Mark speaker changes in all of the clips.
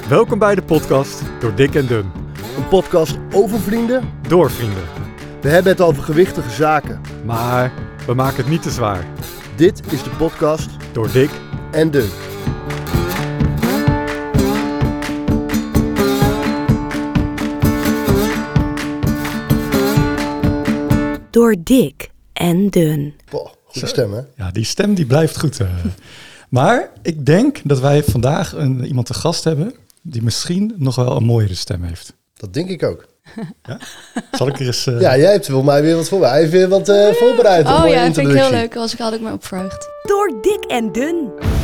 Speaker 1: Welkom bij de podcast Door Dik en Dun.
Speaker 2: Een podcast over vrienden.
Speaker 1: Door vrienden.
Speaker 2: We hebben het over gewichtige zaken.
Speaker 1: Maar we maken het niet te zwaar.
Speaker 2: Dit is de podcast
Speaker 1: Door Dik
Speaker 2: en Dun.
Speaker 3: Door dik en dun.
Speaker 2: Boah, goede stem, hè?
Speaker 1: Ja, die stem die blijft goed. Maar ik denk dat wij vandaag iemand te gast hebben die misschien nog wel een mooiere stem heeft.
Speaker 2: Dat denk ik ook.
Speaker 1: Ja? Zal ik er eens...
Speaker 2: Ja, jij hebt voor mij weer wat voorbereid. Hij heeft weer wat voorbereid.
Speaker 4: Oh ja, dat vind ik heel leuk. Had ik me op verheugd.
Speaker 3: Door dik en dun.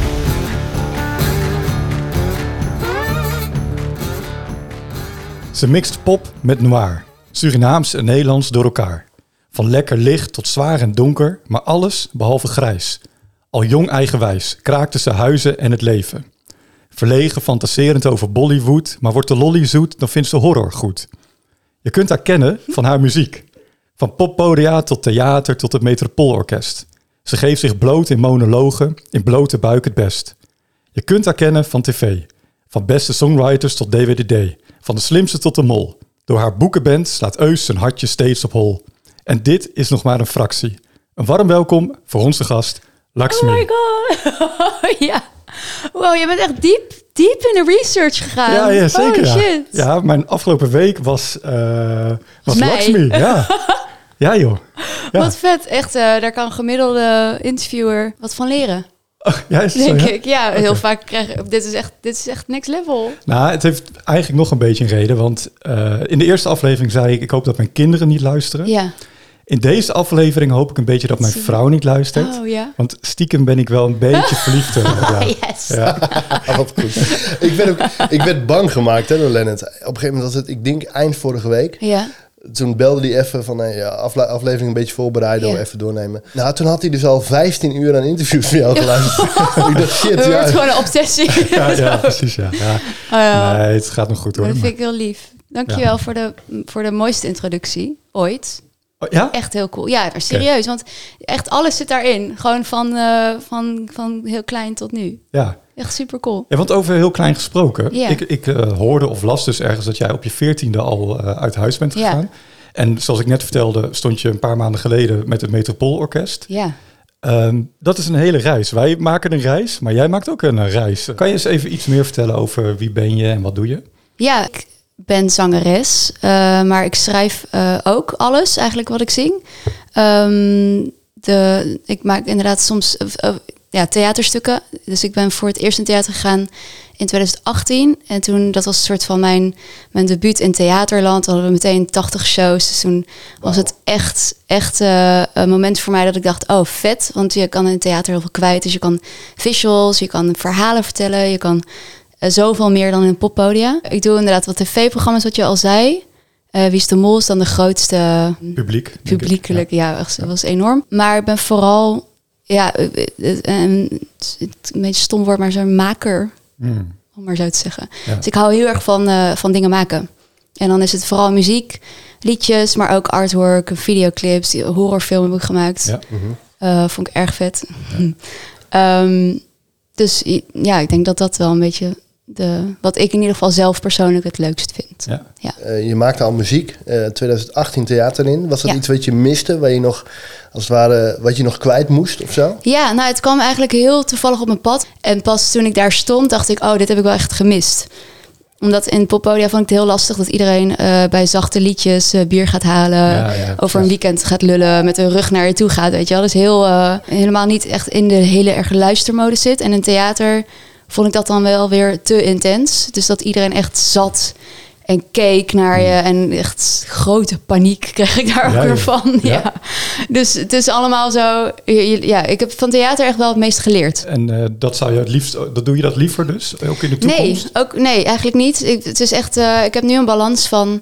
Speaker 1: Ze mixt pop met noir. Surinaams en Nederlands door elkaar. Van lekker licht tot zwaar en donker, maar alles behalve grijs. Al jong eigenwijs kraakte ze huizen en het leven. Verlegen fantaserend over Bollywood, maar wordt de lolly zoet, dan vindt ze horror goed. Je kunt haar kennen van haar muziek. Van poppodia tot theater tot het Metropoolorkest. Ze geeft zich bloot in monologen, in blote buik het best. Je kunt haar kennen van tv. Van beste songwriters tot DWDD. Van de slimste tot de mol. Door haar boekenband slaat Eus zijn hartje steeds op hol. En dit is nog maar een fractie. Een warm welkom voor onze gast, Lakshmi.
Speaker 4: Oh my god. Ja. Wow, je bent echt diep in de research gegaan.
Speaker 1: Ja, zeker.
Speaker 4: Oh shit.
Speaker 1: Ja, mijn afgelopen week was Lakshmi. Ja. Ja, joh. Ja.
Speaker 4: Wat vet. Echt, daar kan een gemiddelde interviewer wat van leren.
Speaker 1: Ja, is het
Speaker 4: Denk
Speaker 1: zo, ja?
Speaker 4: ik. Ja, heel vaak krijg ik... Dit is echt next level.
Speaker 1: Nou, het heeft eigenlijk nog een beetje een reden. Want in de eerste aflevering zei ik hoop dat mijn kinderen niet luisteren.
Speaker 4: Ja.
Speaker 1: In deze aflevering hoop ik een beetje dat mijn vrouw niet luistert.
Speaker 4: Oh ja.
Speaker 1: Want stiekem ben ik wel een beetje verliefd. Ja.
Speaker 4: Yes.
Speaker 1: Ja.
Speaker 2: Ah, wat goed. Ik werd bang gemaakt hè, door Lennart. Op een gegeven moment was het, ik denk eind vorige week.
Speaker 4: Ja.
Speaker 2: Toen belde hij even van aflevering een beetje voorbereiden,
Speaker 4: Ja.
Speaker 2: even doornemen. Nou, toen had hij dus al 15 uur aan interviews van jou geluisterd. Ik dacht, shit,
Speaker 4: Het
Speaker 2: ja.
Speaker 4: wordt gewoon een obsessie.
Speaker 1: Ja, precies. Ja. Ja.
Speaker 4: Oh, ja.
Speaker 1: Nee, het gaat nog goed hoor.
Speaker 4: Maar dat vind ik heel lief. Dankjewel voor de mooiste introductie ooit.
Speaker 1: Oh, ja?
Speaker 4: Echt heel cool. Ja, maar serieus. Want echt alles zit daarin. Gewoon van heel klein tot nu.
Speaker 1: Ja.
Speaker 4: Echt super cool.
Speaker 1: Ja, want over heel klein gesproken.
Speaker 4: Ja.
Speaker 1: Ik hoorde of las dus ergens dat jij op je 14e al uit huis bent gegaan.
Speaker 4: Ja.
Speaker 1: En zoals ik net vertelde, stond je een paar maanden geleden met het Metropoolorkest.
Speaker 4: Ja.
Speaker 1: Dat is een hele reis. Wij maken een reis, maar jij maakt ook een reis. Kan je eens even iets meer vertellen over wie ben je en wat doe je?
Speaker 4: Ja, ik ben zangeres. Maar ik schrijf ook alles eigenlijk wat ik zing. Ik maak inderdaad soms theaterstukken. Dus ik ben voor het eerst in theater gegaan in 2018. En toen, dat was een soort van mijn debuut in theaterland. Dan hadden we meteen 80 shows. Dus toen was het echt een moment voor mij dat ik dacht, oh vet. Want je kan in theater heel veel kwijt. Dus je kan visuals, je kan verhalen vertellen. Je kan zoveel meer dan in een poppodia. Ik doe inderdaad wat tv-programma's, wat je al zei. Wie is de Mol is dan de grootste publiekelijk. Ja, dat was enorm. Maar ik ben vooral... Ja, een beetje stom woord, maar zo'n maker, om maar zo te zeggen.
Speaker 1: Ja.
Speaker 4: Dus ik hou heel erg van dingen maken. En dan is het vooral muziek, liedjes, maar ook artwork, videoclips, horrorfilm heb ik gemaakt. Ja. Vond ik erg vet. Ja. Dus ja, ik denk dat dat wel een beetje wat ik in ieder geval zelf persoonlijk het leukst vind. Ja. Ja.
Speaker 2: Je maakte al muziek, 2018 theater in. Was dat iets wat je miste, waar je nog, als het ware, wat je nog kwijt moest of zo?
Speaker 4: Ja, nou het kwam eigenlijk heel toevallig op mijn pad. En pas toen ik daar stond, dacht ik, oh, dit heb ik wel echt gemist. Omdat in poppodia vond ik het heel lastig dat iedereen bij zachte liedjes bier gaat halen. Over een weekend gaat lullen, met de rug naar je toe gaat, weet je wel. Dus helemaal niet echt in de hele erg luistermodus zit. En in theater vond ik dat dan wel weer te intens. Dus dat iedereen echt zat en keek naar je. En echt grote paniek kreeg ik daar ook weer van. Ja. Dus het is allemaal zo... Ja, ik heb van theater echt wel het meest geleerd.
Speaker 1: En dat zou je het liefst... doe je dat liever dus? Ook in de toekomst?
Speaker 4: Nee, eigenlijk niet. Het is echt... ik heb nu een balans van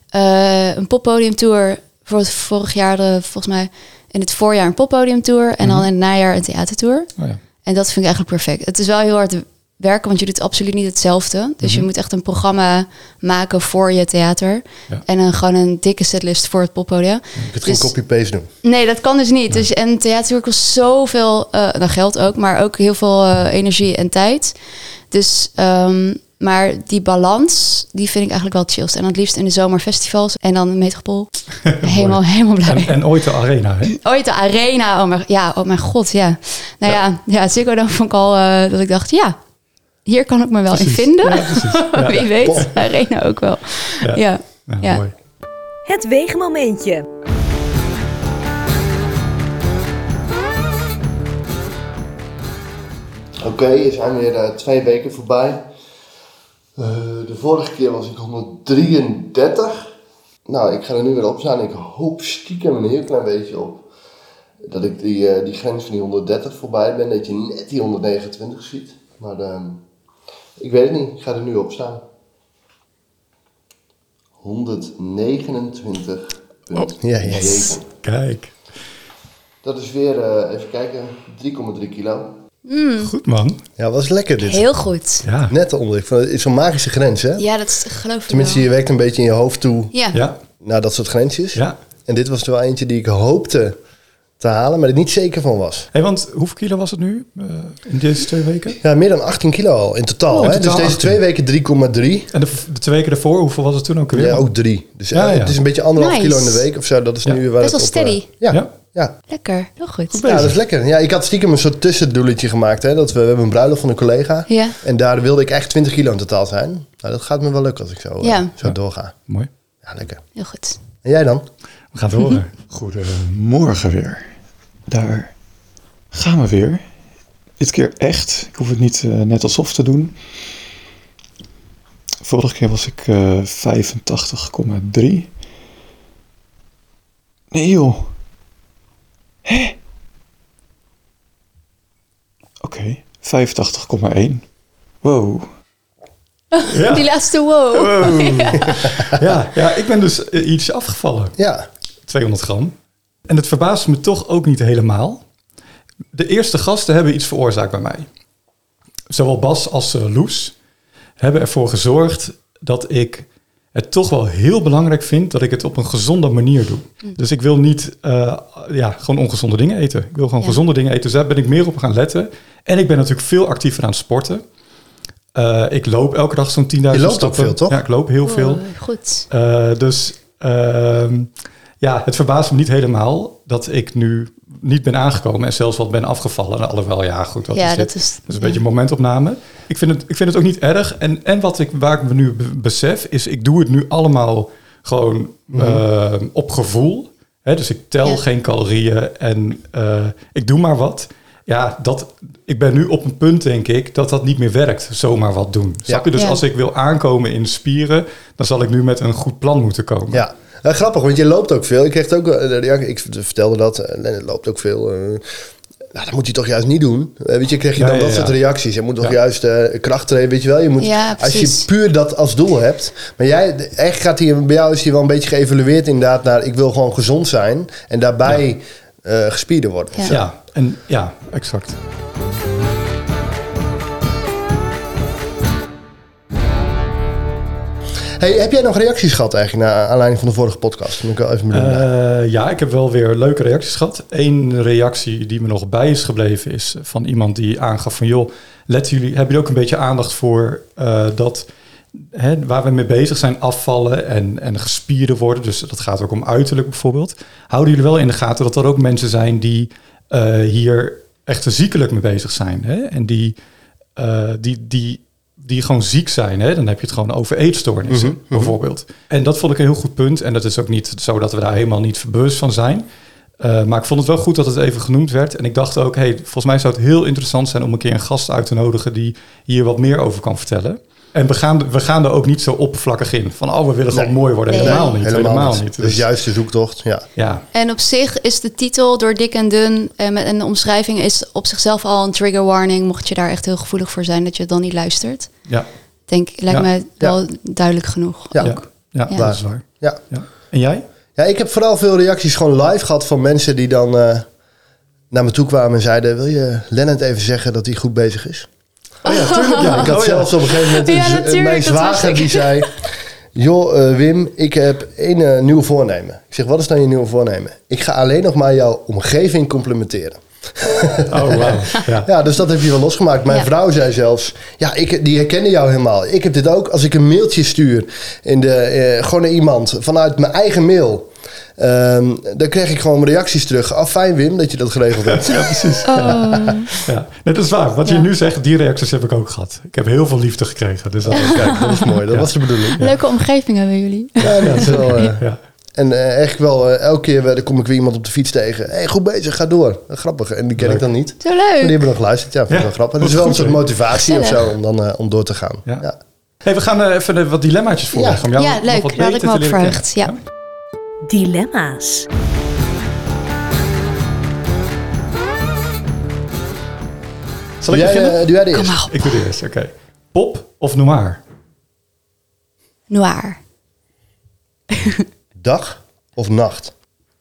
Speaker 4: een poppodiumtour. Vorig jaar, volgens mij in het voorjaar een poppodiumtour. En dan in het najaar een theatertour. Oh ja. En dat vind ik eigenlijk perfect. Het is wel heel hard werken, want je doet absoluut niet hetzelfde. Dus je moet echt een programma maken voor je theater. Ja. En dan gewoon een dikke setlist voor het poppodium.
Speaker 2: Je kunt geen copy-paste doen.
Speaker 4: Nee, dat kan dus niet. Ja. Dus, en theater kost zoveel, geld ook, maar ook heel veel energie en tijd. Dus Maar die balans, die vind ik eigenlijk wel chillst. En het liefst in de zomerfestivals en dan Metropool. helemaal blij.
Speaker 1: En ooit de arena, hè?
Speaker 4: Ooit de arena. Oh mijn god, ja. Nou ja, Ziggo dan vond ik al dat ik dacht, ja, hier kan ik me wel in vinden.
Speaker 1: Ja, precies. Ja.
Speaker 4: Wie weet, arena ook wel. Ja.
Speaker 1: Mooi.
Speaker 3: Het weegmomentje.
Speaker 2: Oké, er zijn weer 2 weken voorbij. De vorige keer was ik 133. Nou, ik ga er nu weer op staan. Ik hoop stiekem een heel klein beetje op dat ik die grens van die 130 voorbij ben. Dat je net die 129 ziet. Maar ik weet het niet. Ik ga er nu op staan. 129.
Speaker 1: Yes. Kijk.
Speaker 2: Dat is weer, even kijken, 3,3 kilo.
Speaker 1: Goed, man.
Speaker 2: Ja, was lekker dit.
Speaker 4: Heel goed.
Speaker 1: Ja.
Speaker 2: Net onder. Ik vond het is zo'n magische grens, hè?
Speaker 4: Ja, dat geloof ik
Speaker 2: Tenminste,
Speaker 4: wel.
Speaker 2: je werkt een beetje in je hoofd toe
Speaker 1: Ja.
Speaker 2: naar dat soort grensjes.
Speaker 1: Ja.
Speaker 2: En dit was er wel eentje die ik hoopte te halen, maar er niet zeker van was.
Speaker 1: Hey, want hoeveel kilo was het nu in deze 2 weken?
Speaker 2: Ja, meer dan 18 kilo al in totaal.
Speaker 1: In
Speaker 2: Hè?
Speaker 1: totaal
Speaker 2: Dus deze 2 weken 3,3.
Speaker 1: En de 2 weken daarvoor, hoeveel was het toen ook weer?
Speaker 2: Ja, ook 3. Dus
Speaker 1: Ja.
Speaker 2: het is een beetje 1,5
Speaker 4: Nice.
Speaker 2: kilo in de week of zo. Dat is
Speaker 1: Ja.
Speaker 2: nu waar
Speaker 4: Best
Speaker 2: het
Speaker 4: wel
Speaker 2: op...
Speaker 4: steady.
Speaker 1: Ja.
Speaker 4: Lekker, heel goed.
Speaker 1: Goed
Speaker 2: Ja,
Speaker 1: bezig.
Speaker 2: dat is lekker. Ja, ik had stiekem een soort tussendoeletje gemaakt. Hè? Dat we hebben een bruiloft van een collega.
Speaker 4: Ja.
Speaker 2: En daar wilde ik echt 20 kilo in totaal zijn. Nou, dat gaat me wel lukken als ik zo doorga.
Speaker 1: Mooi.
Speaker 2: Ja, lekker.
Speaker 4: Heel goed.
Speaker 2: En jij dan?
Speaker 1: We gaan het horen. Goedemorgen weer. Daar gaan we weer. Dit keer echt. Ik hoef het niet net alsof te doen. Vorige keer was ik 85,3. Nee joh. Hè? Oké, 85,1. Wow. Ja.
Speaker 4: Die laatste wow.
Speaker 1: Ja, ik ben dus iets afgevallen.
Speaker 2: Ja.
Speaker 1: 200 gram. En het verbaast me toch ook niet helemaal. De eerste gasten hebben iets veroorzaakt bij mij. Zowel Bas als Loes hebben ervoor gezorgd dat ik het toch wel heel belangrijk vind dat ik het op een gezonde manier doe. Dus ik wil niet gewoon ongezonde dingen eten. Ik wil gewoon gezonde dingen eten. Dus daar ben ik meer op gaan letten. En ik ben natuurlijk veel actiever aan het sporten. Ik loop elke dag zo'n 10.000 stappen.
Speaker 2: Je loopt ook veel, toch?
Speaker 1: Ja, ik loop heel veel.
Speaker 4: Goed.
Speaker 1: Het verbaast me niet helemaal dat ik nu niet ben aangekomen en zelfs wat ben afgevallen. Alhoewel, ja, goed, wat is dit? Dat is een beetje een momentopname. Ik vind het ook niet erg. En waar ik me nu besef, is ik doe het nu allemaal gewoon op gevoel. Hè? Dus ik tel geen calorieën en ik doe maar wat. Ja, ik ben nu op een punt, denk ik, dat niet meer werkt. Zomaar wat doen. Snap je? Dus als ik wil aankomen in dan zal ik nu met een goed plan moeten komen.
Speaker 2: Ja. Grappig, want je loopt ook veel. Ik kreeg ook, ik vertelde dat, Lennart loopt ook veel. Nou, dat moet hij toch juist niet doen. Weet je, krijg je dan dat soort reacties. Je moet toch juist kracht trainen, weet je wel. Je moet, als je puur dat als doel hebt. Maar echt gaat bij jou is hij wel een beetje geëvalueerd inderdaad naar ik wil gewoon gezond zijn. En daarbij gespierder worden.
Speaker 1: Ja, exact.
Speaker 2: Hey, heb jij nog reacties gehad eigenlijk naar aanleiding van de vorige podcast? Moet ik wel even benoemen.
Speaker 1: Ja, ik heb wel weer leuke reacties gehad. Eén reactie die me nog bij is gebleven is van iemand die aangaf van joh, hebben jullie ook een beetje aandacht voor dat waar we mee bezig zijn, afvallen en gespierder worden. Dus dat gaat ook om uiterlijk bijvoorbeeld. Houden jullie wel in de gaten dat er ook mensen zijn die hier echt ziekelijk mee bezig zijn. Hè? En die gewoon ziek zijn. Hè? Dan heb je het gewoon over eetstoornissen, bijvoorbeeld. En dat vond ik een heel goed punt. En dat is ook niet zo dat we daar helemaal niet bewust van zijn. Maar ik vond het wel goed dat het even genoemd werd. En ik dacht ook, volgens mij zou het heel interessant zijn om een keer een gast uit te nodigen die hier wat meer over kan vertellen. En we gaan er ook niet zo oppervlakkig in. Van, we willen gewoon mooi worden. Helemaal niet.
Speaker 2: Dus juist de zoektocht, ja.
Speaker 4: En op zich is de titel door dik en dun en de omschrijving is op zichzelf al een trigger warning. Mocht je daar echt heel gevoelig voor zijn, dat je dan niet luistert.
Speaker 1: Ja.
Speaker 4: Lijkt mij wel duidelijk genoeg.
Speaker 2: Ja,
Speaker 4: ook.
Speaker 1: Dat is waar.
Speaker 2: Ja.
Speaker 1: En jij?
Speaker 2: Ja, ik heb vooral veel reacties gewoon live gehad van mensen die dan naar me toe kwamen en zeiden, wil je Lennart even zeggen dat hij goed bezig is?
Speaker 1: Oh ja, tuurlijk. Ja.
Speaker 2: Ik had zelfs op een gegeven moment mijn zwager die zei, joh Wim, ik heb één nieuw voornemen. Ik zeg, wat is dan je nieuwe voornemen? Ik ga alleen nog maar jouw omgeving complimenteren.
Speaker 1: Oh, wauw. Ja.
Speaker 2: Ja, dus dat heb je wel losgemaakt. Mijn vrouw zei zelfs... Ja, die herkennen jou helemaal. Ik heb dit ook. Als ik een mailtje stuur... gewoon naar iemand... vanuit mijn eigen mail... dan krijg ik gewoon reacties terug. Fijn Wim, dat je dat geregeld hebt.
Speaker 1: Ja, precies. Ja. Nee, dat is waar. Wat je nu zegt, die reacties heb ik ook gehad. Ik heb heel veel liefde gekregen. Dus
Speaker 2: Kijk, dat is mooi. Dat was de bedoeling.
Speaker 4: Leuke omgeving hebben jullie.
Speaker 2: Ja, dat is wel... En echt wel, elke keer kom ik weer iemand op de fiets tegen. Hey, goed bezig, ga door. Grappig. En die ken ik dan niet.
Speaker 4: Zo leuk.
Speaker 2: Maar die hebben nog geluisterd. Ja, vind ik wel grappig. Het is wel een soort motivatie of zo om door te gaan. Ja.
Speaker 1: Hey, we gaan even wat dilemmaatjes voorleggen. Om jou nog
Speaker 4: leuk.
Speaker 1: wat
Speaker 4: Daar had ik me op verheugd. Ja.
Speaker 3: Dilemma's.
Speaker 1: Zal ik beginnen?
Speaker 2: Doe jij de eerste?
Speaker 1: Ik doe de eerste, oké. Pop of noir?
Speaker 4: Noir.
Speaker 2: Dag of nacht?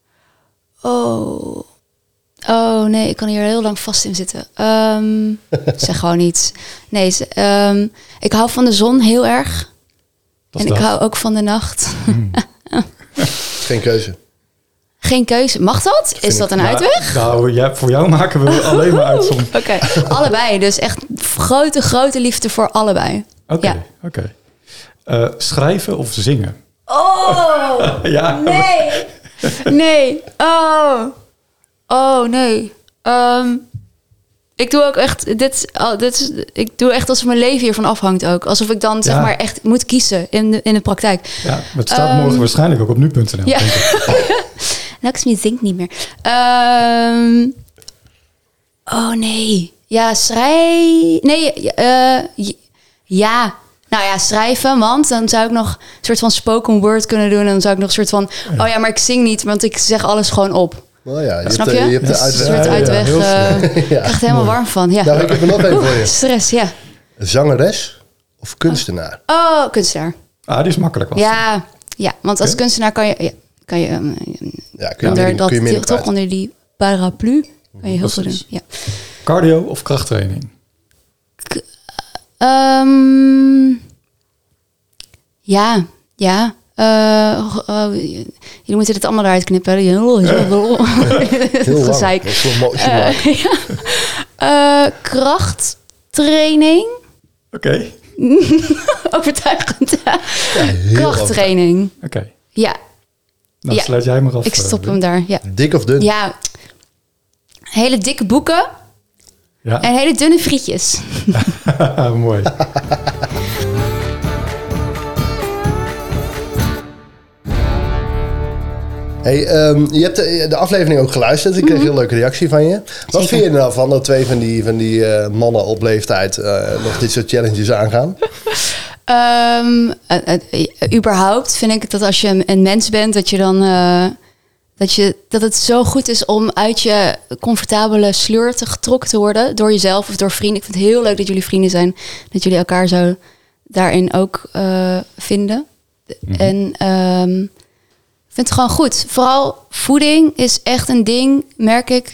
Speaker 4: Oh nee, ik kan hier heel lang vast in zitten. Zeg gewoon iets. Nee, ik hou van de zon heel erg. En ik hou ook van de nacht.
Speaker 2: Geen keuze.
Speaker 4: Geen keuze. Mag dat? Is dat een uitweg?
Speaker 1: Nou, voor jou maken we alleen maar uitzondering.
Speaker 4: Oké, allebei. Dus echt grote liefde voor allebei.
Speaker 1: Oké. Schrijven of zingen?
Speaker 4: Oh,
Speaker 1: Ja.
Speaker 4: nee. Oh, nee. Ik doe ook echt ik doe echt alsof mijn leven hiervan afhangt ook. Alsof ik dan zeg maar echt moet kiezen in de praktijk.
Speaker 1: Ja, het staat morgen waarschijnlijk ook op nu.nl.
Speaker 4: Ja. Lux me zingt niet meer. Oh nee. Ja, ja. Nou ja, schrijven, want dan zou ik nog een soort van spoken word kunnen doen. En dan zou ik nog een soort van... Oh ja, maar ik zing niet, want ik zeg alles gewoon op.
Speaker 2: Oh ja,
Speaker 4: Snap je?
Speaker 2: Je hebt de
Speaker 4: Een
Speaker 2: uitweg.
Speaker 4: soort uitweg. Ik
Speaker 2: Ja.
Speaker 4: krijg er helemaal warm van. Ja.
Speaker 2: Nou, ik heb er nog één voor je.
Speaker 4: Stress, ja.
Speaker 2: Zangeres of kunstenaar?
Speaker 4: Oh, kunstenaar.
Speaker 1: Die is makkelijk.
Speaker 4: Ja, want als kunstenaar kan je... kun je
Speaker 2: minder
Speaker 4: toch onder die paraplu kan je heel veel doen. Ja.
Speaker 1: Cardio of krachttraining?
Speaker 4: Ja. Jullie moeten dit allemaal eruit knippen. Heel gezeik. Krachttraining.
Speaker 1: Oké.
Speaker 4: Overtuigend. Krachttraining.
Speaker 1: Oké.
Speaker 4: Ja.
Speaker 1: Nou, sluit jij maar af.
Speaker 4: Ik stop hem daar. Ja.
Speaker 2: Dik of dun?
Speaker 4: Ja. Hele dikke boeken.
Speaker 1: Ja.
Speaker 4: En hele dunne frietjes.
Speaker 1: Mooi.
Speaker 2: Hey, je hebt de aflevering ook geluisterd. Ik kreeg een heel leuke reactie van je. Wat vind je er nou van dat 2 van die mannen op leeftijd nog dit soort challenges aangaan?
Speaker 4: Überhaupt vind ik dat als je een mens bent, dat je dan dat het zo goed is om uit je comfortabele sleur getrokken te worden door jezelf of door vrienden. Ik vind het heel leuk dat jullie vrienden zijn, dat jullie elkaar zo daarin ook vinden. En ik vind het gewoon goed. Vooral voeding is echt een ding, merk ik.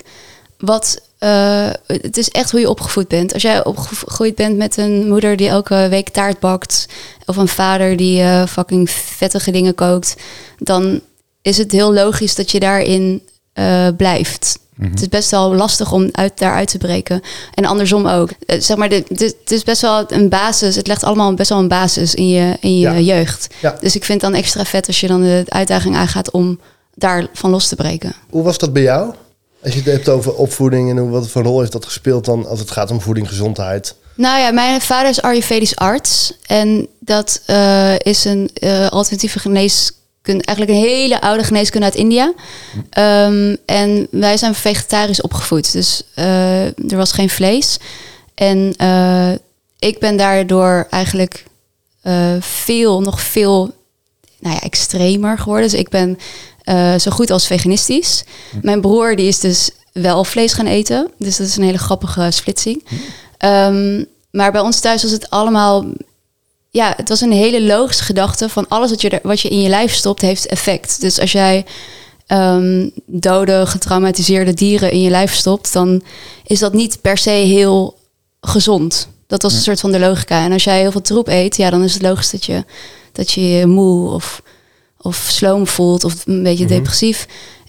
Speaker 4: Het is echt hoe je opgevoed bent. Als jij opgegroeid bent met een moeder die elke week taart bakt, of een vader die fucking vettige dingen kookt, dan is het heel logisch dat je daarin blijft. Het is best wel lastig om daaruit te breken. En andersom ook. Zeg maar, het is best wel een basis. Het legt allemaal best wel een basis in je jeugd. Ja. Dus ik vind het dan extra vet als je dan de uitdaging aangaat om daarvan los te breken.
Speaker 2: Hoe was dat bij jou? Als je het hebt over opvoeding en wat voor rol heeft dat gespeeld dan als het gaat om voeding, gezondheid?
Speaker 4: Nou ja, mijn vader is Ayurvedisch arts. En dat is een alternatieve geneeskunde. Eigenlijk een hele oude geneeskunde uit India. En wij zijn vegetarisch opgevoed. Dus er was geen vlees. En ik ben daardoor eigenlijk nog veel extremer geworden. Dus ik ben zo goed als veganistisch. Mijn broer die is dus wel vlees gaan eten. Dus dat is een hele grappige splitsing. Maar bij ons thuis was het allemaal... Ja, het was een hele logische gedachte van alles wat je in je lijf stopt, heeft effect. Dus als jij dode, getraumatiseerde dieren in je lijf stopt, dan is dat niet per se heel gezond. Dat was een soort van de logica. En als jij heel veel troep eet, ja, dan is het logisch dat je je moe of sloom voelt of een beetje depressief.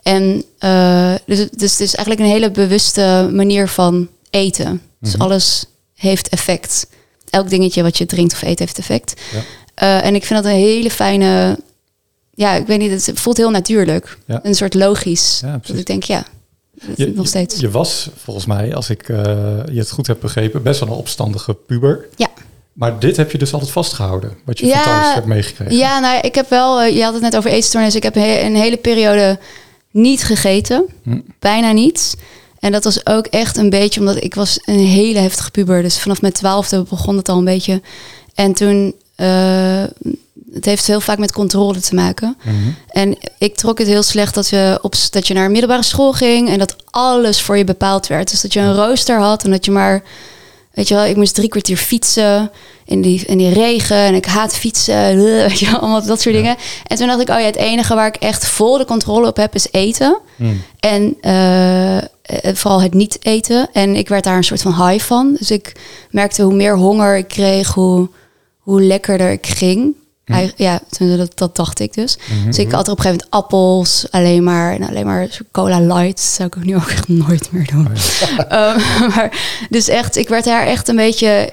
Speaker 4: En dus het is eigenlijk een hele bewuste manier van eten. Dus alles heeft effect. Elk dingetje wat je drinkt of eet heeft effect. Ja. En ik vind dat een hele fijne... Ja, ik weet niet, het voelt heel natuurlijk. Ja. Een soort logisch. Ja, dat ik denk, nog steeds.
Speaker 1: Je was volgens mij, als ik je het goed heb begrepen, best wel een opstandige puber. Ja. Maar dit heb je dus altijd vastgehouden, wat je van thuis hebt meegekregen.
Speaker 4: Ja, nou, ik heb wel, je had het net over eetstoornis. Ik heb een hele periode niet gegeten. Bijna niet. En dat was ook echt een beetje, omdat ik was een hele heftige puber. Dus vanaf mijn 12e begon het al een beetje. En toen, het heeft heel vaak met controle te maken. En ik trok het heel slecht dat je naar een middelbare school ging en dat alles voor je bepaald werd. Dus dat je een rooster had en dat je maar... Weet je wel, ik moest 3 kwartier fietsen in die regen en ik haat fietsen. Weet je wel, allemaal dat soort dingen. En toen dacht ik, het enige waar ik echt vol de controle op heb is eten. En vooral het niet eten. En ik werd daar een soort van high van. Dus ik merkte hoe meer honger ik kreeg, hoe lekkerder ik ging. Ja, dat dacht ik dus. Dus ik had er op een gegeven moment appels, alleen maar cola light. Dat zou ik ook nu ook echt nooit meer doen. Maar dus echt, ik werd daar echt een beetje,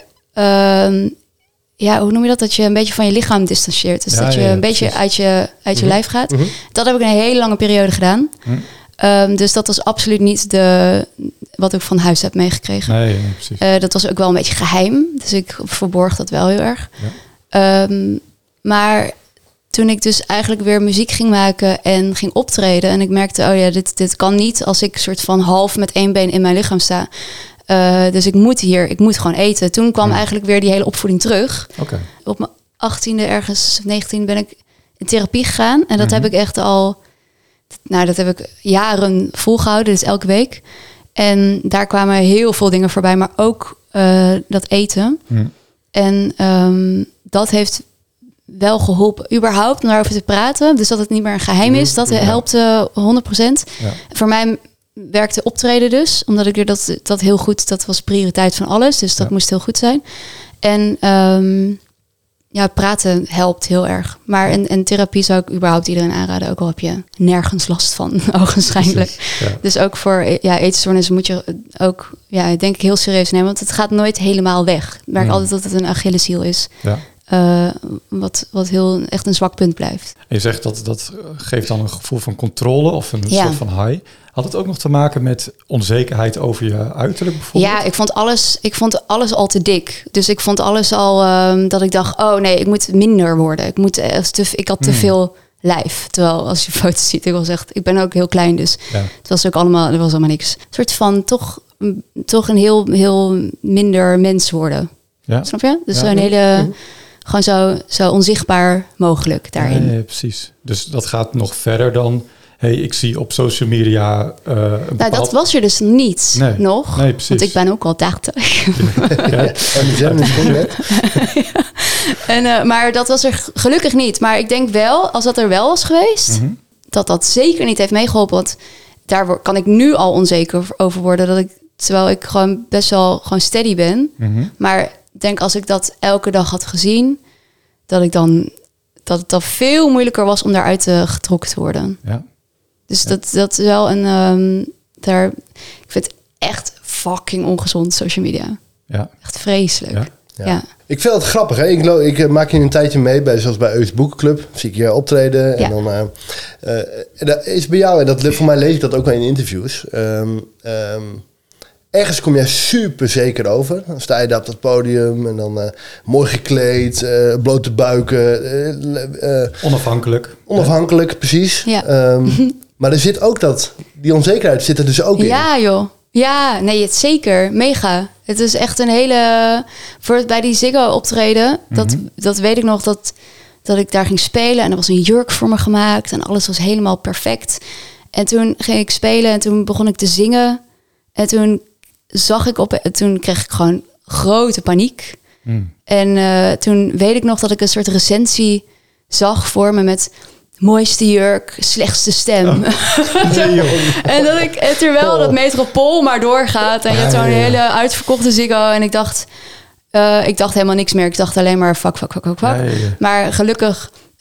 Speaker 4: hoe noem je dat? Dat je een beetje van je lichaam distancieert. Dus dat je een beetje uit je lijf gaat. Dat heb ik een hele lange periode gedaan. Dus dat was absoluut niet wat ik van huis heb meegekregen.
Speaker 1: Nee, precies.
Speaker 4: Dat was ook wel een beetje geheim. Dus ik verborg dat wel heel erg. Ja. Maar toen ik dus eigenlijk weer muziek ging maken en ging optreden... en ik merkte, dit kan niet als ik soort van half met 1 been in mijn lichaam sta. Dus ik moet gewoon eten. Toen kwam eigenlijk weer die hele opvoeding terug. Okay. Op mijn 18e, ergens 19 ben ik in therapie gegaan. En dat heb ik echt dat heb ik jaren volgehouden, dus elke week. En daar kwamen heel veel dingen voorbij, maar ook dat eten. En dat heeft wel geholpen, überhaupt om daarover te praten. Dus dat het niet meer een geheim is, dat helpt 100%. Ja. Voor mij werkte optreden dus, omdat ik dat heel goed, dat was prioriteit van alles. Dus dat moest heel goed zijn. En praten helpt heel erg. Maar en therapie zou ik überhaupt iedereen aanraden, ook al heb je nergens last van, ogenschijnlijk. Ja. Dus ook voor eetstoornissen moet je ook, denk ik, heel serieus nemen, want het gaat nooit helemaal weg. Ik merk altijd dat het een Achilleshiel is. Ja. Wat heel echt een zwak punt blijft. En
Speaker 1: je zegt dat geeft dan een gevoel van controle of een soort van high. Had het ook nog te maken met onzekerheid over je uiterlijk bijvoorbeeld?
Speaker 4: Ja, ik vond alles al te dik. Dus ik vond alles al dat ik dacht, ik moet minder worden. Ik had te veel lijf. Terwijl als je foto's ziet, ik ben ook heel klein, dus het was ook er was allemaal niks. Een soort van toch een heel, heel minder mens worden. Ja. Snap je? Dus een hele... Gewoon zo onzichtbaar mogelijk daarin.
Speaker 1: Nee, precies. Dus dat gaat nog verder dan... ik zie op social media...
Speaker 4: dat was er dus niet nog. Nee, precies. Want ik ben ook al 80. Maar dat was er gelukkig niet. Maar ik denk wel, als dat er wel was geweest... dat zeker niet heeft meegeholpen. Want daar kan ik nu al onzeker over worden. Terwijl ik gewoon best wel gewoon steady ben. Maar... Ik denk als ik dat elke dag had gezien, dat het dan veel moeilijker was om daaruit getrokken te worden. Ja. Dus dat is wel ik vind het echt fucking ongezond, social media. Ja. Echt vreselijk. Ja.
Speaker 2: Ik vind het grappig. Hè? Ik maak je een tijdje mee, zoals bij Eus Boekenclub. Zie ik je optreden. Ja. En dan dat is bij jou, en voor mij lees ik dat ook wel in interviews. Ergens kom jij super zeker over. Dan sta je daar op dat podium en dan mooi gekleed, blote buiken. Onafhankelijk, precies. Ja. Maar er zit ook die onzekerheid zit er dus ook in.
Speaker 4: Ja, joh. Ja, nee, het zeker. Mega. Het is echt een hele... Bij die Ziggo optreden, dat weet ik nog, dat ik daar ging spelen en er was een jurk voor me gemaakt en alles was helemaal perfect. En toen ging ik spelen en toen begon ik te zingen en toen toen kreeg ik gewoon grote paniek. En toen weet ik nog dat ik een soort recensie zag voor me met mooiste jurk, slechtste stem. En terwijl dat Metropool maar doorgaat en je hebt zo'n hele uitverkochte Ziggo en ik dacht helemaal niks meer. Ik dacht alleen maar fuck. Ja. Maar gelukkig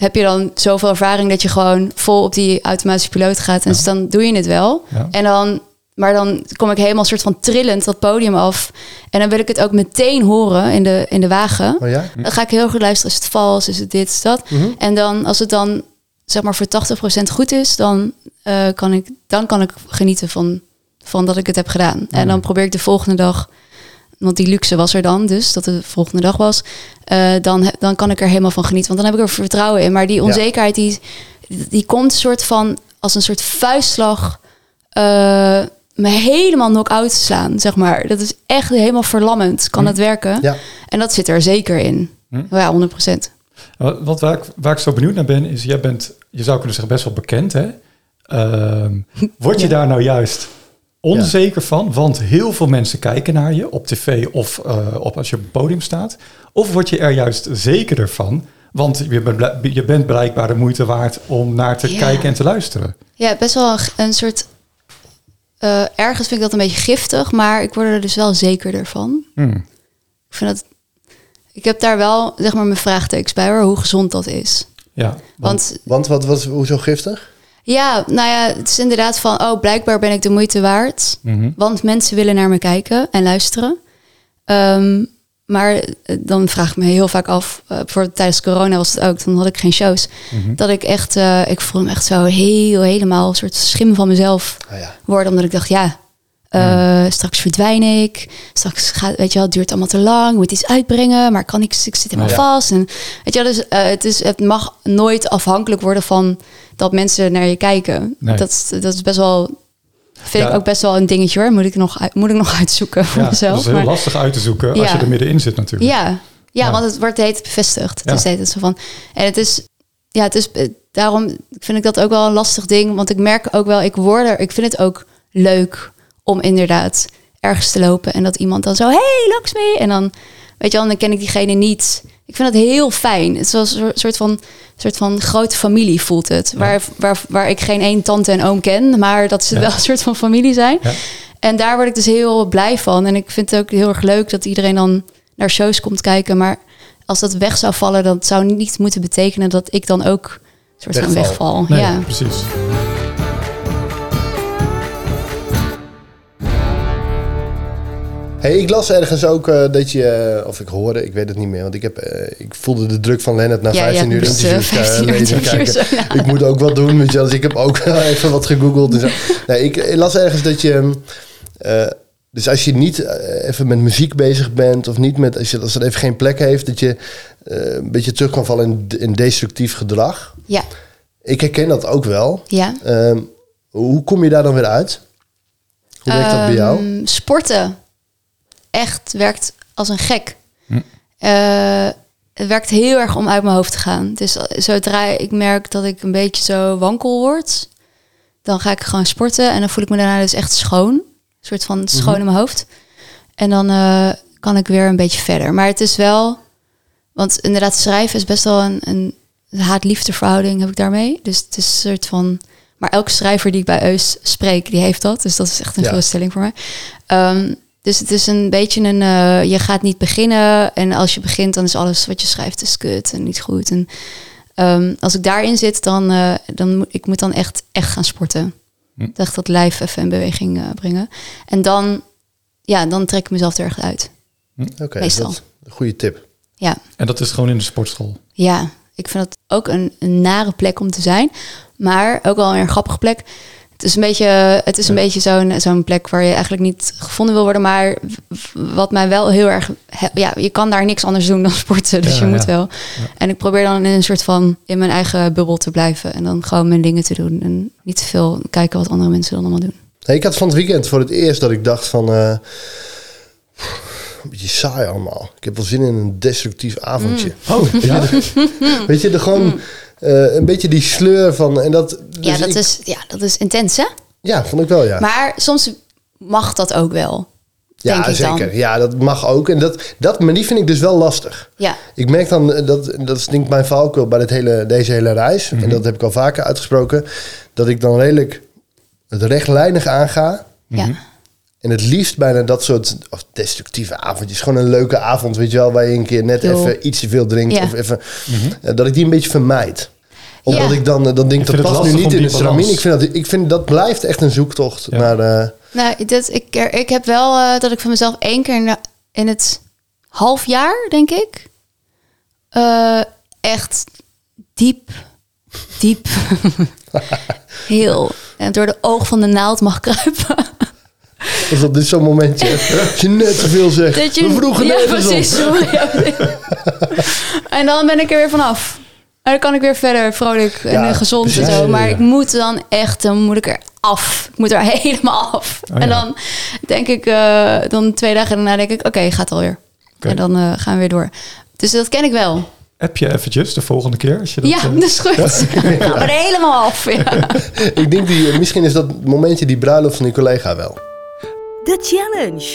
Speaker 4: heb je dan zoveel ervaring dat je gewoon vol op die automatische piloot gaat. En dus dan doe je het wel. Ja. Maar dan kom ik helemaal soort van trillend dat podium af. En dan wil ik het ook meteen horen in de wagen.
Speaker 2: Oh ja?
Speaker 4: Dan ga ik heel goed luisteren. Is het vals? Is het dit? Is dat? Mm-hmm. En dan, als het dan zeg maar voor 80% goed is, dan kan ik genieten van dat ik het heb gedaan. Mm. En dan probeer ik de volgende dag, want die luxe was er dan, dus dat de volgende dag was, dan kan ik er helemaal van genieten. Want dan heb ik er vertrouwen in. Maar die onzekerheid, die komt soort van als een soort vuistslag me helemaal knock-out slaan, zeg maar. Dat is echt helemaal verlammend, kan het werken. Ja. En dat zit er zeker in. Ja, 100%.
Speaker 1: Wat waar ik zo benieuwd naar ben, is je zou kunnen zeggen best wel bekend, hè? Word je daar nou juist onzeker van? Want heel veel mensen kijken naar je op tv of als je op het podium staat. Of word je er juist zekerder van? Want je bent blijkbaar de moeite waard om naar te kijken en te luisteren. Ja,
Speaker 4: best wel een soort... ergens vind ik dat een beetje giftig, maar ik word er dus wel zekerder van. Ik heb daar wel, zeg maar, mijn vraagtekens bij, hoor, hoe gezond dat is.
Speaker 1: Ja,
Speaker 2: want hoezo giftig?
Speaker 4: Ja, nou ja, het is inderdaad van, blijkbaar ben ik de moeite waard. Mm-hmm. Want mensen willen naar me kijken en luisteren. Maar dan vraag ik me heel vaak af, bijvoorbeeld tijdens corona was het ook, dan had ik geen shows. Mm-hmm. Dat ik echt, ik voelde me echt zo helemaal een soort schim van mezelf worden. Omdat ik dacht, straks verdwijn ik. Straks het duurt allemaal te lang. Moet iets uitbrengen, maar ik zit helemaal vast. En, dus het mag nooit afhankelijk worden van dat mensen naar je kijken. Nee. Dat is best wel... Vind ik ook best wel een dingetje, hoor. Moet ik nog uitzoeken voor mezelf.
Speaker 1: Dat is heel lastig uit te zoeken als je er middenin zit natuurlijk.
Speaker 4: Ja, want het wordt de hele tijd bevestigd. Het is de hele tijd zo van... En het is daarom vind ik dat ook wel een lastig ding. Want ik merk ook wel, ik vind het ook leuk om inderdaad ergens te lopen. En dat iemand dan zo, hey, langs me. En dan, weet je wel, dan ken ik diegene niet. Ik vind dat heel fijn. Het is wel een soort van grote familie voelt het. Ja. Waar ik geen één tante en oom ken, maar dat ze wel een soort van familie zijn. Ja. En daar word ik dus heel blij van. En ik vind het ook heel erg leuk dat iedereen dan naar shows komt kijken. Maar als dat weg zou vallen, dat zou niet moeten betekenen dat ik dan ook soort van wegval.
Speaker 1: Nee, ja, precies.
Speaker 2: Hey, ik las ergens ook dat je, of ik hoorde, ik weet het niet meer, want ik voelde de druk van Lennart na 15 uur lezen kijken. Ik moet ook wat doen, weet je, dus ik heb ook even wat gegoogeld. Dus, ik las ergens dat je, dus als je niet even met muziek bezig bent of niet met, als het even geen plek heeft, dat je een beetje terug kan vallen in destructief gedrag.
Speaker 4: Ja.
Speaker 2: Ik herken dat ook wel.
Speaker 4: Ja.
Speaker 2: Hoe kom je daar dan weer uit? Hoe werkt dat bij jou?
Speaker 4: Sporten. Echt werkt als een gek. Het werkt heel erg om uit mijn hoofd te gaan. Dus zodra ik merk dat ik een beetje zo wankel word, dan ga ik gewoon sporten en dan voel ik me daarna dus echt schoon. Een soort van schoon in mijn hoofd. En dan kan ik weer een beetje verder. Maar het is wel, want inderdaad schrijven is best wel een haat-liefde verhouding heb ik daarmee. Dus het is een soort van, maar elke schrijver die ik bij Eus spreek, die heeft dat. Dus dat is echt een geruststelling voor mij. Dus het is een beetje je gaat niet beginnen. En als je begint, dan is alles wat je schrijft is kut en niet goed. En als ik daarin zit, dan ik moet dan echt gaan sporten. Echt dat lijf even in beweging brengen. En dan trek ik mezelf er echt uit.
Speaker 2: Oké, meestal. Dat is een goede tip.
Speaker 4: Ja.
Speaker 1: En dat is gewoon in de sportschool?
Speaker 4: Ja, ik vind dat ook een nare plek om te zijn. Maar ook wel een grappige plek. Het is een beetje zo'n plek waar je eigenlijk niet gevonden wil worden. Maar wat mij wel heel erg... je kan daar niks anders doen dan sporten. Dus je moet wel. Ja. En ik probeer dan in een soort van in mijn eigen bubbel te blijven. En dan gewoon mijn dingen te doen. En niet te veel kijken wat andere mensen dan allemaal doen.
Speaker 2: Hey, ik had van het weekend voor het eerst dat ik dacht van... een beetje saai allemaal. Ik heb wel zin in een destructief avondje. Weet je, gewoon... een beetje die sleur van... En dat, dus
Speaker 4: dat is intens, hè?
Speaker 2: Ja, vond ik wel, ja.
Speaker 4: Maar soms mag dat ook wel.
Speaker 2: Ja, zeker. Dan. Ja, dat mag ook. En maar die vind ik dus wel lastig. Ja. Ik merk dan, dat is denk ik mijn valkuil bij deze hele reis. En dat heb ik al vaker uitgesproken. Dat ik dan redelijk het rechtlijnig aanga.
Speaker 4: Ja.
Speaker 2: En het liefst bijna dat soort destructieve avondjes. Gewoon een leuke avond, weet je wel, waar je een keer net even iets te veel drinkt. Of even, dat ik die een beetje vermijd. Omdat ik dan denk, dat past nu niet in het stramien. Ik vind dat blijft echt een zoektocht naar...
Speaker 4: Nou, ik heb wel dat ik van mezelf 1 keer in het half jaar, denk ik, echt diep heel door de oog van de naald mag kruipen.
Speaker 2: Alsof dit zo'n momentje als je net te veel zegt. We vroegen nergens op.
Speaker 4: En dan ben ik er weer vanaf. En dan kan ik weer verder vrolijk en gezond precies, en zo. Maar ik moet dan moet ik er af. Ik moet er helemaal af. En dan denk ik, dan 2 dagen daarna denk ik, oké, gaat alweer. En dan gaan we weer door. Dus dat ken ik wel.
Speaker 1: App je eventjes de volgende keer? Als je dat,
Speaker 4: dat is goed. Gaan we er helemaal af. Ja.
Speaker 2: Ik denk, misschien is dat momentje die bruiloft van die collega wel.
Speaker 3: De challenge.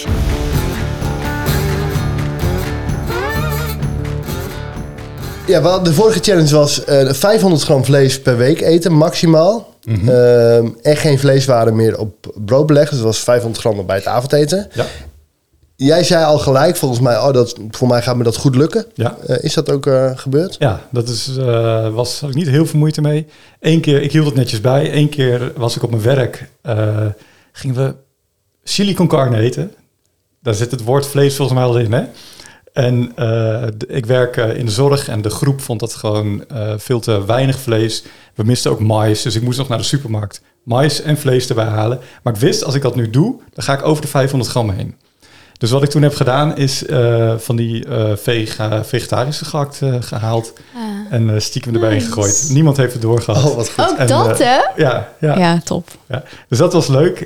Speaker 2: Ja, de vorige challenge was 500 gram vlees per week eten, maximaal. En geen vleeswaren meer op brood beleggen. Dus dat was 500 gram bij het avondeten. Ja. Jij zei al gelijk, volgens mij, voor mij gaat me dat goed lukken. Ja. Is dat ook gebeurd?
Speaker 1: Ja, dat was ook niet heel veel moeite mee. 1 keer, ik hield het netjes bij. 1 keer was ik op mijn werk, gingen we chili con carne eten. Daar zit het woord vlees volgens mij al in, hè? En ik werk in de zorg en de groep vond dat gewoon veel te weinig vlees. We misten ook mais, dus ik moest nog naar de supermarkt mais en vlees erbij halen. Maar ik wist, als ik dat nu doe, dan ga ik over de 500 gram heen. Dus wat ik toen heb gedaan, is van die vegetarische gehakt gehaald en stiekem erbij gegooid. Niemand heeft het doorgehad.
Speaker 2: Oh, wat goed.
Speaker 4: Ook en, dat, hè?
Speaker 1: Ja, top. Ja. Dus dat was leuk.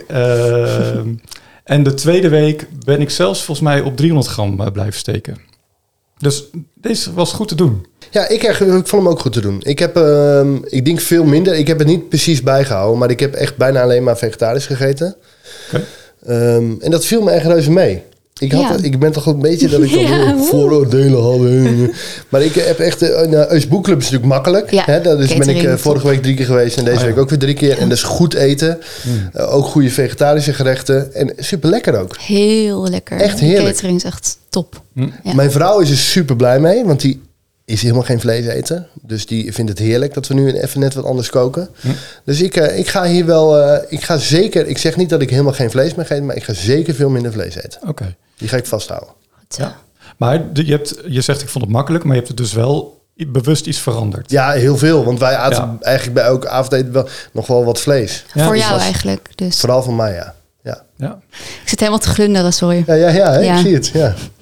Speaker 1: En de tweede week ben ik zelfs volgens mij op 300 gram blijven steken. Dus deze was goed te doen. Ja,
Speaker 2: ik vond hem ook goed te doen. Ik denk veel minder. Ik heb het niet precies bijgehouden, maar ik heb echt bijna alleen maar vegetarisch gegeten. Okay. En dat viel me echt reuze mee. Ik ben toch een beetje dat ik dan vooroordelen had. Maar ik heb echt... Eusboekclub is natuurlijk makkelijk. Ja, hè? Dus ben ik vorige week 3 keer geweest en deze week ook weer 3 keer. En dat is goed eten. Ook goede vegetarische gerechten. En super lekker ook.
Speaker 4: Heel lekker.
Speaker 2: Echt heerlijk.
Speaker 4: De catering is echt top.
Speaker 2: Ja. Mijn vrouw is er super blij mee, want die is helemaal geen vlees eten. Dus die vindt het heerlijk dat we nu even net wat anders koken. Dus ik ga hier wel... ik ga zeker... Ik zeg niet dat ik helemaal geen vlees meer eet, maar ik ga zeker veel minder vlees eten.
Speaker 1: Oké.
Speaker 2: Die ga ik vasthouden.
Speaker 1: Ja. Maar je zegt, ik vond het makkelijk, maar je hebt het dus wel bewust iets veranderd.
Speaker 2: Ja, heel veel. Want wij aten eigenlijk bij elke avondeten nog wel wat vlees.
Speaker 4: Ja, voor jou eigenlijk. Dus.
Speaker 2: Vooral van mij, ja.
Speaker 4: Ik zit helemaal te glunderen, sorry.
Speaker 2: Ja. Ik zie het,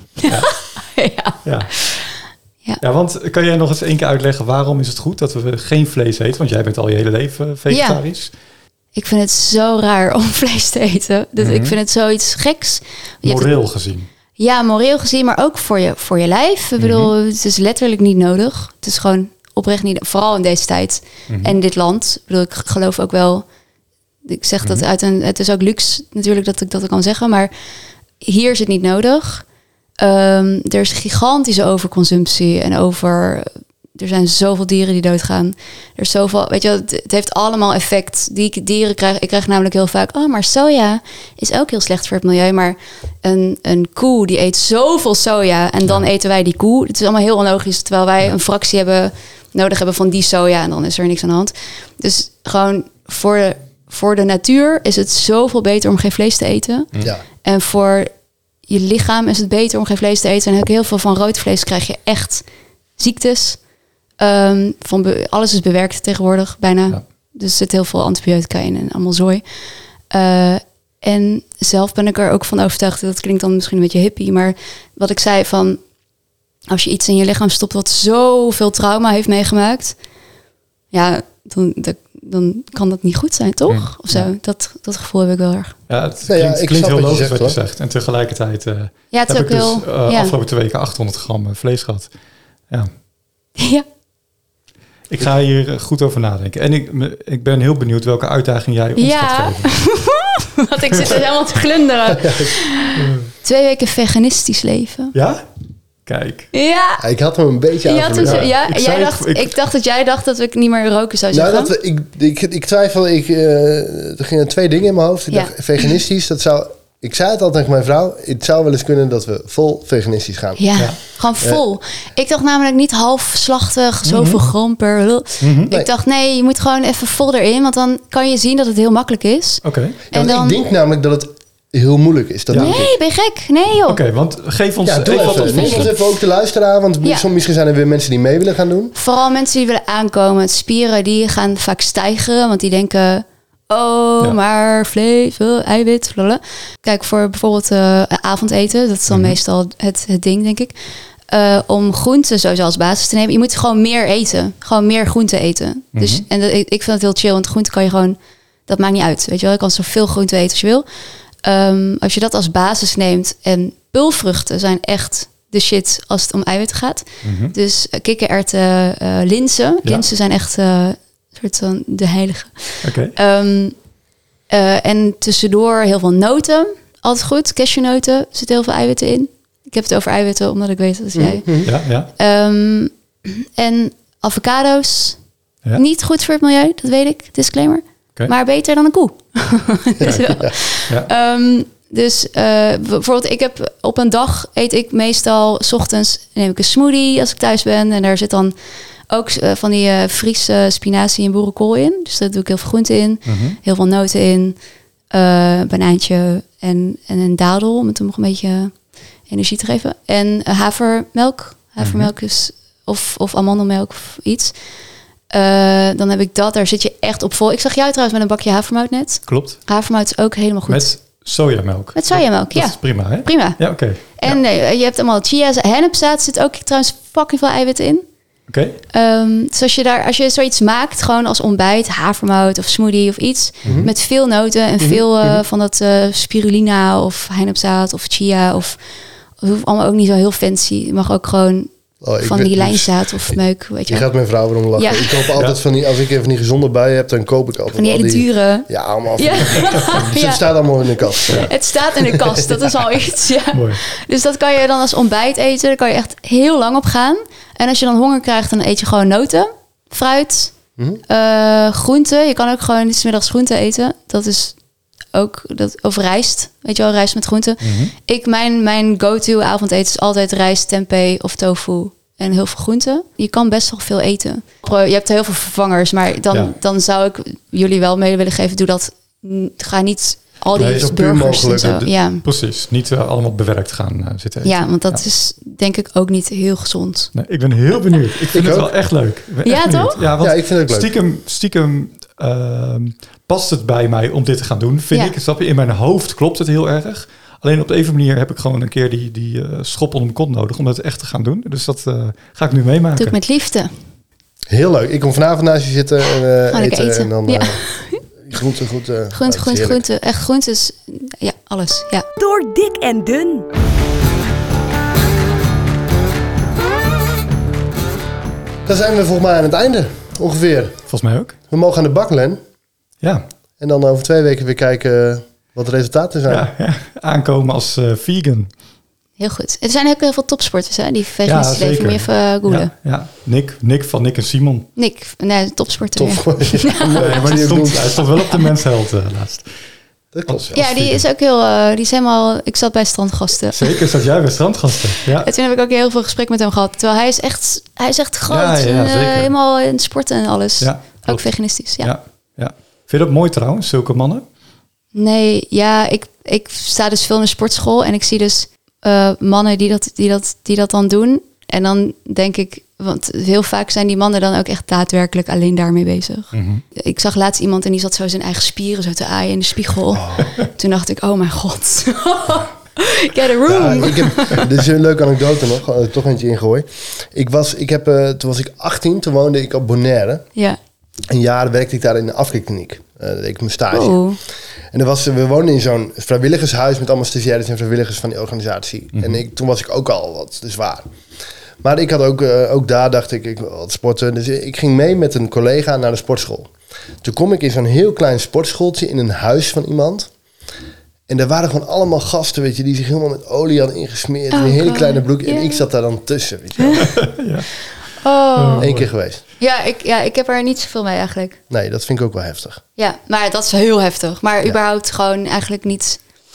Speaker 1: Ja, want kan jij nog eens 1 keer uitleggen waarom is het goed dat we geen vlees eten? Want jij bent al je hele leven vegetarisch. Ja.
Speaker 4: Ik vind het zo raar om vlees te eten. Dus ik vind het zoiets geks.
Speaker 1: Moreel gezien.
Speaker 4: Ja, moreel gezien, maar ook voor je lijf. Ik bedoel, het is letterlijk niet nodig. Het is gewoon oprecht niet, vooral in deze tijd en dit land. Ik bedoel, ik geloof ook wel, ik zeg dat het is ook luxe natuurlijk dat ik dat kan zeggen, maar hier is het niet nodig. Er is gigantische overconsumptie en er zijn zoveel dieren die doodgaan. Er is zoveel, weet je, het heeft allemaal effect. Dieren krijgen, ik krijg namelijk heel vaak, maar soja is ook heel slecht voor het milieu. Maar een koe die eet zoveel soja en dan eten wij die koe. Het is allemaal heel onlogisch, terwijl wij een fractie nodig hebben van die soja en dan is er niks aan de hand. Dus gewoon voor de natuur is het zoveel beter om geen vlees te eten. Ja. En voor je lichaam is het beter om geen vlees te eten. En heel veel van rood vlees krijg je echt ziektes. Alles is bewerkt tegenwoordig, bijna. Ja. Dus er zit heel veel antibiotica in en allemaal zooi. En zelf ben ik er ook van overtuigd, dat klinkt dan misschien een beetje hippie, maar wat ik zei van, als je iets in je lichaam stopt wat zoveel trauma heeft meegemaakt, ja, dan kan dat niet goed zijn, toch? Of zo. Ja. Dat gevoel heb ik wel erg.
Speaker 1: Ja, het klinkt heel logisch wat je zegt. En tegelijkertijd heb ik dus afgelopen 2 weken 800 gram vlees gehad. Ja.
Speaker 4: Ja.
Speaker 1: Ik ga hier goed over nadenken. En ik ben heel benieuwd welke uitdaging jij ons gaat geven.
Speaker 4: Want ik zit er helemaal te glunderen. 2 weken veganistisch leven.
Speaker 1: Ja? Kijk.
Speaker 4: Ja.
Speaker 2: Ik had hem een beetje aan.
Speaker 4: Ik dacht dat jij dacht dat ik niet meer roken zou zeggen.
Speaker 2: Ik twijfel. Er gingen 2 dingen in mijn hoofd. Ik dacht, veganistisch, dat zou Ik zei het al tegen mijn vrouw. Het zou wel eens kunnen dat we vol veganistisch gaan.
Speaker 4: Ja, gewoon vol. Ik dacht namelijk niet halfslachtig, zoveel gram per...
Speaker 2: Nee.
Speaker 4: Ik dacht, nee, je moet gewoon even vol erin. Want dan kan je zien dat het heel makkelijk is.
Speaker 1: Oké.
Speaker 4: En dan...
Speaker 2: Ik denk namelijk dat het heel moeilijk is. Dat denk ik.
Speaker 4: Nee, ben je gek? Nee, joh.
Speaker 1: Oké, want geef ons
Speaker 2: Ja, doe
Speaker 1: even wat
Speaker 2: even. Neem ons even ook de luisteraar. Want misschien zijn er weer mensen die mee willen gaan doen.
Speaker 4: Vooral mensen die willen aankomen. Spieren, die gaan vaak stijgen. Want die denken... maar vlees, eiwit. Blablabla. Kijk, voor bijvoorbeeld avondeten. Dat is dan meestal het ding, denk ik. Om groenten sowieso als basis te nemen. Je moet gewoon meer eten. Gewoon meer groenten eten. Dus, en ik vind het heel chill. Want groenten kan je gewoon... Dat maakt niet uit. Weet je wel? Je kan zoveel groenten eten als je wil. Als je dat als basis neemt. En pulvruchten zijn echt de shit als het om eiwitten gaat. Dus kikkererwten, linzen.
Speaker 1: Ja.
Speaker 4: Linzen zijn echt... soort van de heilige.
Speaker 1: Oké.
Speaker 4: En tussendoor heel veel noten. Altijd goed. Cashewnoten. Er zitten heel veel eiwitten in. Ik heb het over eiwitten, omdat ik weet dat jij...
Speaker 1: Ja.
Speaker 4: En avocado's.
Speaker 1: Ja.
Speaker 4: Niet goed voor het milieu, dat weet ik. Disclaimer.
Speaker 1: Okay.
Speaker 4: Maar beter dan een koe. Dus bijvoorbeeld, ik heb op een dag eet ik meestal 's ochtends neem ik een smoothie als ik thuis ben. En daar zit dan ook van die Friese spinazie en boerenkool in. Dus daar doe ik heel veel groenten in. Heel veel noten in. Banaantje en een dadel om het nog een beetje energie te geven. En havermelk. Havermelk is of amandelmelk of iets. Dan heb ik dat. Daar zit je echt op vol. Ik zag jou trouwens met een bakje havermout net.
Speaker 1: Klopt.
Speaker 4: Havermout is ook helemaal goed.
Speaker 1: Met sojamelk.
Speaker 4: Met sojamelk, ja.
Speaker 1: Dat is prima, hè?
Speaker 4: Prima.
Speaker 1: Ja, oké.
Speaker 4: En je hebt allemaal chia's. Hennepzaad zit ook trouwens fucking veel eiwitten in.
Speaker 1: Oké.
Speaker 4: Dus als je zoiets maakt, gewoon als ontbijt, havermout of smoothie of iets, met veel noten en veel van dat spirulina of hennepzaad of chia of het hoeft allemaal ook niet zo heel fancy. Het mag ook gewoon van die lijnzaad of meuk, weet je.
Speaker 2: Je gaat mijn vrouw erom lachen.
Speaker 4: Ja.
Speaker 2: Ik koop altijd van die, als ik even die gezonde buien heb, dan koop ik altijd
Speaker 4: Van die hele dure.
Speaker 2: Ja, allemaal.
Speaker 4: Ja.
Speaker 2: Dus het staat allemaal in de kast. Ja.
Speaker 4: Het staat in de kast, dat is al iets. Ja.
Speaker 1: Mooi.
Speaker 4: Dus dat kan je dan als ontbijt eten. Daar kan je echt heel lang op gaan. En als je dan honger krijgt, dan eet je gewoon noten, fruit, groenten. Je kan ook gewoon 's middags groenten eten. Dat is ook of rijst. Weet je wel, rijst met groenten. Mijn go-to avondeten is altijd rijst, tempeh of tofu en heel veel groenten. Je kan best wel veel eten. Je hebt heel veel vervangers, maar dan zou ik jullie wel mee willen geven. Doe dat. Ga niet al die
Speaker 2: zo puur
Speaker 4: burgers en
Speaker 2: mogelijk.
Speaker 4: zo. Ja.
Speaker 1: Precies. Niet allemaal bewerkt gaan zitten eten.
Speaker 4: Ja, want dat is denk ik ook niet heel gezond.
Speaker 1: Nee, ik ben heel benieuwd. Ik vind het wel echt leuk. Ik ben echt benieuwd.
Speaker 4: Toch?
Speaker 1: Ja, want
Speaker 2: Ik vind het ook leuk.
Speaker 1: stiekem past het bij mij om dit te gaan doen, vind ik. Snap je? In mijn hoofd klopt het heel erg. Alleen op de een manier heb ik gewoon een keer die schop onder mijn kont nodig om het echt te gaan doen. Dus dat ga ik nu meemaken.
Speaker 4: Doe ik met liefde.
Speaker 2: Heel leuk. Ik kom vanavond naast je zitten en eten. En dan groente.
Speaker 4: Groente. Echt groentes. Ja, alles. Ja.
Speaker 3: Door dik en dun.
Speaker 2: Dan zijn we volgens mij aan het einde. Ongeveer.
Speaker 1: Volgens mij ook.
Speaker 2: We mogen aan de bak, Len.
Speaker 1: Ja.
Speaker 2: En dan over 2 weken weer kijken wat de resultaten zijn.
Speaker 1: Ja. Aankomen als vegan.
Speaker 4: Heel goed. Er zijn ook heel veel topsporters hè, die veganistisch leven. Moet je even googlen.
Speaker 1: Ja. Nick van Nick en Simon.
Speaker 4: Nick, nee, topsporter.
Speaker 1: Nee, maar hij stond wel op de mensheld laatst.
Speaker 2: Dat klopt.
Speaker 4: Ja, die is ook heel... die is helemaal... Ik zat bij Strandgasten.
Speaker 1: Zeker zat jij bij Strandgasten. Ja.
Speaker 4: En toen heb ik ook heel veel gesprek met hem gehad. Terwijl hij is echt groot.
Speaker 1: Ja, zeker.
Speaker 4: Helemaal in sporten en alles.
Speaker 1: Ja,
Speaker 4: ook veganistisch, ja.
Speaker 1: Vind je dat mooi trouwens, zulke mannen?
Speaker 4: Nee, ja, ik sta dus veel in de sportschool en ik zie dus mannen die dat dan doen. En dan denk ik, want heel vaak zijn die mannen dan ook echt daadwerkelijk alleen daarmee bezig. Ik zag laatst iemand en die zat zo zijn eigen spieren zo te aaien in de spiegel. Toen dacht ik, oh mijn god. Get a room.
Speaker 2: Ja, dit is een leuke anekdote nog, toch eentje ingooi. Toen was ik 18, toen woonde ik op Bonaire.
Speaker 4: Ja.
Speaker 2: Een jaar werkte ik daar in de afkikkliniek. Deed ik mijn stage.
Speaker 4: Oh.
Speaker 2: En we woonden in zo'n vrijwilligershuis met allemaal stagiaires en vrijwilligers van die organisatie. En toen was ik ook al wat zwaar. Maar ik had ook daar dacht ik wil wat sporten. Dus ik ging mee met een collega naar de sportschool. Toen kom ik in zo'n heel klein sportschooltje in een huis van iemand. En daar waren gewoon allemaal gasten, weet je, die zich helemaal met olie hadden ingesmeerd. in een hele kleine broek. En ik zat daar dan tussen, weet je wel.
Speaker 1: Ja.
Speaker 4: Oh.
Speaker 2: 1 keer geweest.
Speaker 4: Ja, ik heb er niet zoveel mee eigenlijk.
Speaker 2: Nee, dat vind ik ook wel heftig.
Speaker 4: Ja, maar dat is heel heftig. Maar überhaupt gewoon eigenlijk niet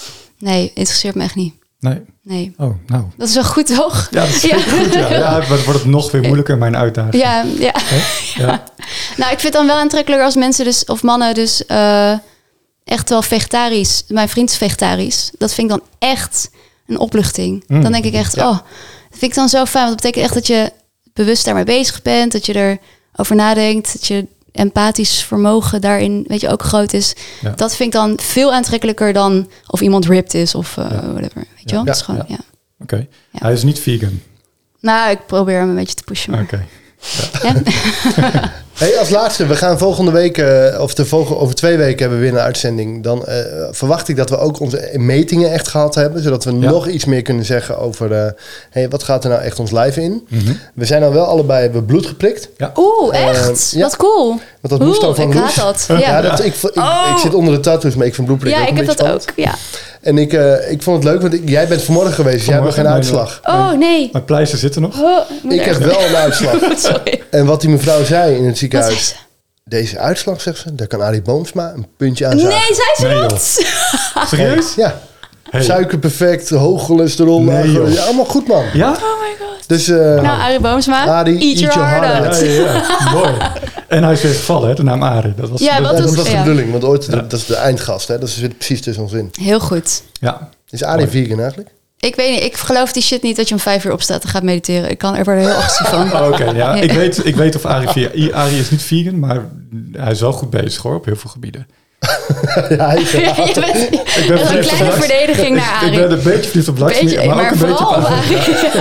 Speaker 4: Nee, interesseert me echt niet. Nee.
Speaker 1: Oh, nou.
Speaker 4: Dat is wel goed, toch?
Speaker 1: Ja, dat is goed. Ja, maar wordt het nog weer moeilijker, mijn uitdaging.
Speaker 4: Ja.
Speaker 1: Ja.
Speaker 4: Nou, ik vind het dan wel aantrekkelijker als mensen dus, of mannen dus echt wel vegetarisch. Mijn vriend is vegetarisch. Dat vind ik dan echt een opluchting. Dan denk ik echt, dat vind ik dan zo fijn. Want dat betekent echt dat je bewust daarmee bezig bent. Dat je erover nadenkt. Dat je empathisch vermogen daarin, weet je, ook groot is. Ja. Dat vind ik dan veel aantrekkelijker dan of iemand ripped is of whatever. Weet je wel? Dat is gewoon,
Speaker 1: Oké. Hij is niet vegan.
Speaker 4: Nou, ik probeer hem een beetje te pushen.
Speaker 1: Oké.
Speaker 4: Ja.
Speaker 2: Hey, als laatste, we gaan volgende week, over 2 weken hebben we weer een uitzending. Dan verwacht ik dat we ook onze metingen echt gehad hebben. Zodat we nog iets meer kunnen zeggen over wat gaat er nou echt ons lijf in. Mm-hmm. We zijn dan wel allebei bloed geprikt.
Speaker 4: Ja. Oeh, echt? Wat cool.
Speaker 2: Want dat moest dan van
Speaker 4: ik
Speaker 2: Loes.
Speaker 4: haat dat. Ja.
Speaker 2: Ik zit onder de tattoos, maar ik vind bloedprikken ook een beetje spannend.
Speaker 4: Ja, ik heb dat ook, ja.
Speaker 2: En ik vond het leuk, want jij bent vanmorgen geweest. Dus jij hebt geen uitslag.
Speaker 4: Oh, nee.
Speaker 1: Mijn pleister zit er nog.
Speaker 2: Ik heb wel een uitslag.
Speaker 4: Sorry.
Speaker 2: En wat die mevrouw zei in het ziekenhuis. Deze uitslag, zegt ze, daar kan Arie Boomsma een puntje aan zagen.
Speaker 4: Nee, zei ze dat?
Speaker 1: Serieus?
Speaker 2: Ja.
Speaker 1: Hey.
Speaker 2: Suiker perfect, hoog cholesterol. Ja, allemaal goed, man.
Speaker 1: Ja?
Speaker 4: Oh my god.
Speaker 2: Dus,
Speaker 4: Arie Boomsma,
Speaker 2: Arie,
Speaker 4: eat your heart out.
Speaker 1: Ja. Mooi. En hij is weer gevallen, hè, de naam Arie. Dat was,
Speaker 2: dat was de bedoeling, want ooit, dat is de eindgast. Hè? Dat zit precies tussen ons in.
Speaker 4: Heel goed.
Speaker 1: Ja.
Speaker 2: Is Arie vegan eigenlijk?
Speaker 4: Ik weet niet, ik geloof die shit niet dat je om 5 uur opstaat en gaat mediteren. Ik word er heel agressief van.
Speaker 1: Oké, ja. Ik weet of Arie is niet vegan, maar hij is wel goed bezig hoor, op heel veel gebieden.
Speaker 4: Je bent een kleine verdediging naar Arie.
Speaker 1: Ik ben een beetje verliefd op Lakshmi, maar ook een beetje op Arie.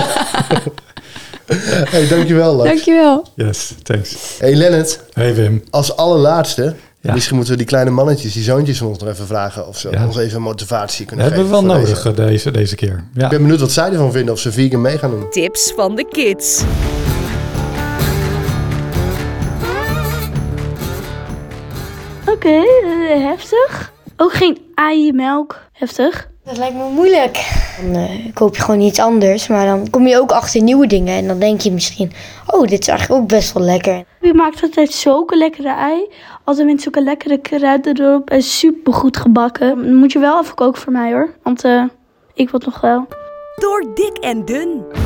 Speaker 2: Hey, dankjewel, Lars.
Speaker 4: Dankjewel.
Speaker 1: Yes, thanks.
Speaker 2: Hey, Lennart.
Speaker 1: Hey, Wim.
Speaker 2: Als allerlaatste, misschien moeten we die kleine mannetjes, die zoontjes van ons nog even vragen of ze ons even motivatie kunnen geven.
Speaker 1: Dat hebben we wel nodig deze keer. Ja.
Speaker 2: Ik ben benieuwd wat zij ervan vinden, of ze vegan mee gaan doen.
Speaker 3: Tips van de kids.
Speaker 5: Oké, heftig. Ook geen ei-melk. Heftig.
Speaker 6: Dat lijkt me moeilijk. Dan koop je gewoon iets anders, maar dan kom je ook achter nieuwe dingen. En dan denk je misschien, oh, dit is eigenlijk ook best wel lekker.
Speaker 5: Je maakt altijd zulke lekkere ei. Altijd met zulke lekkere kruiden erop en supergoed gebakken. Dan moet je wel even koken voor mij hoor, want ik wil het nog wel.
Speaker 3: Door dik en dun.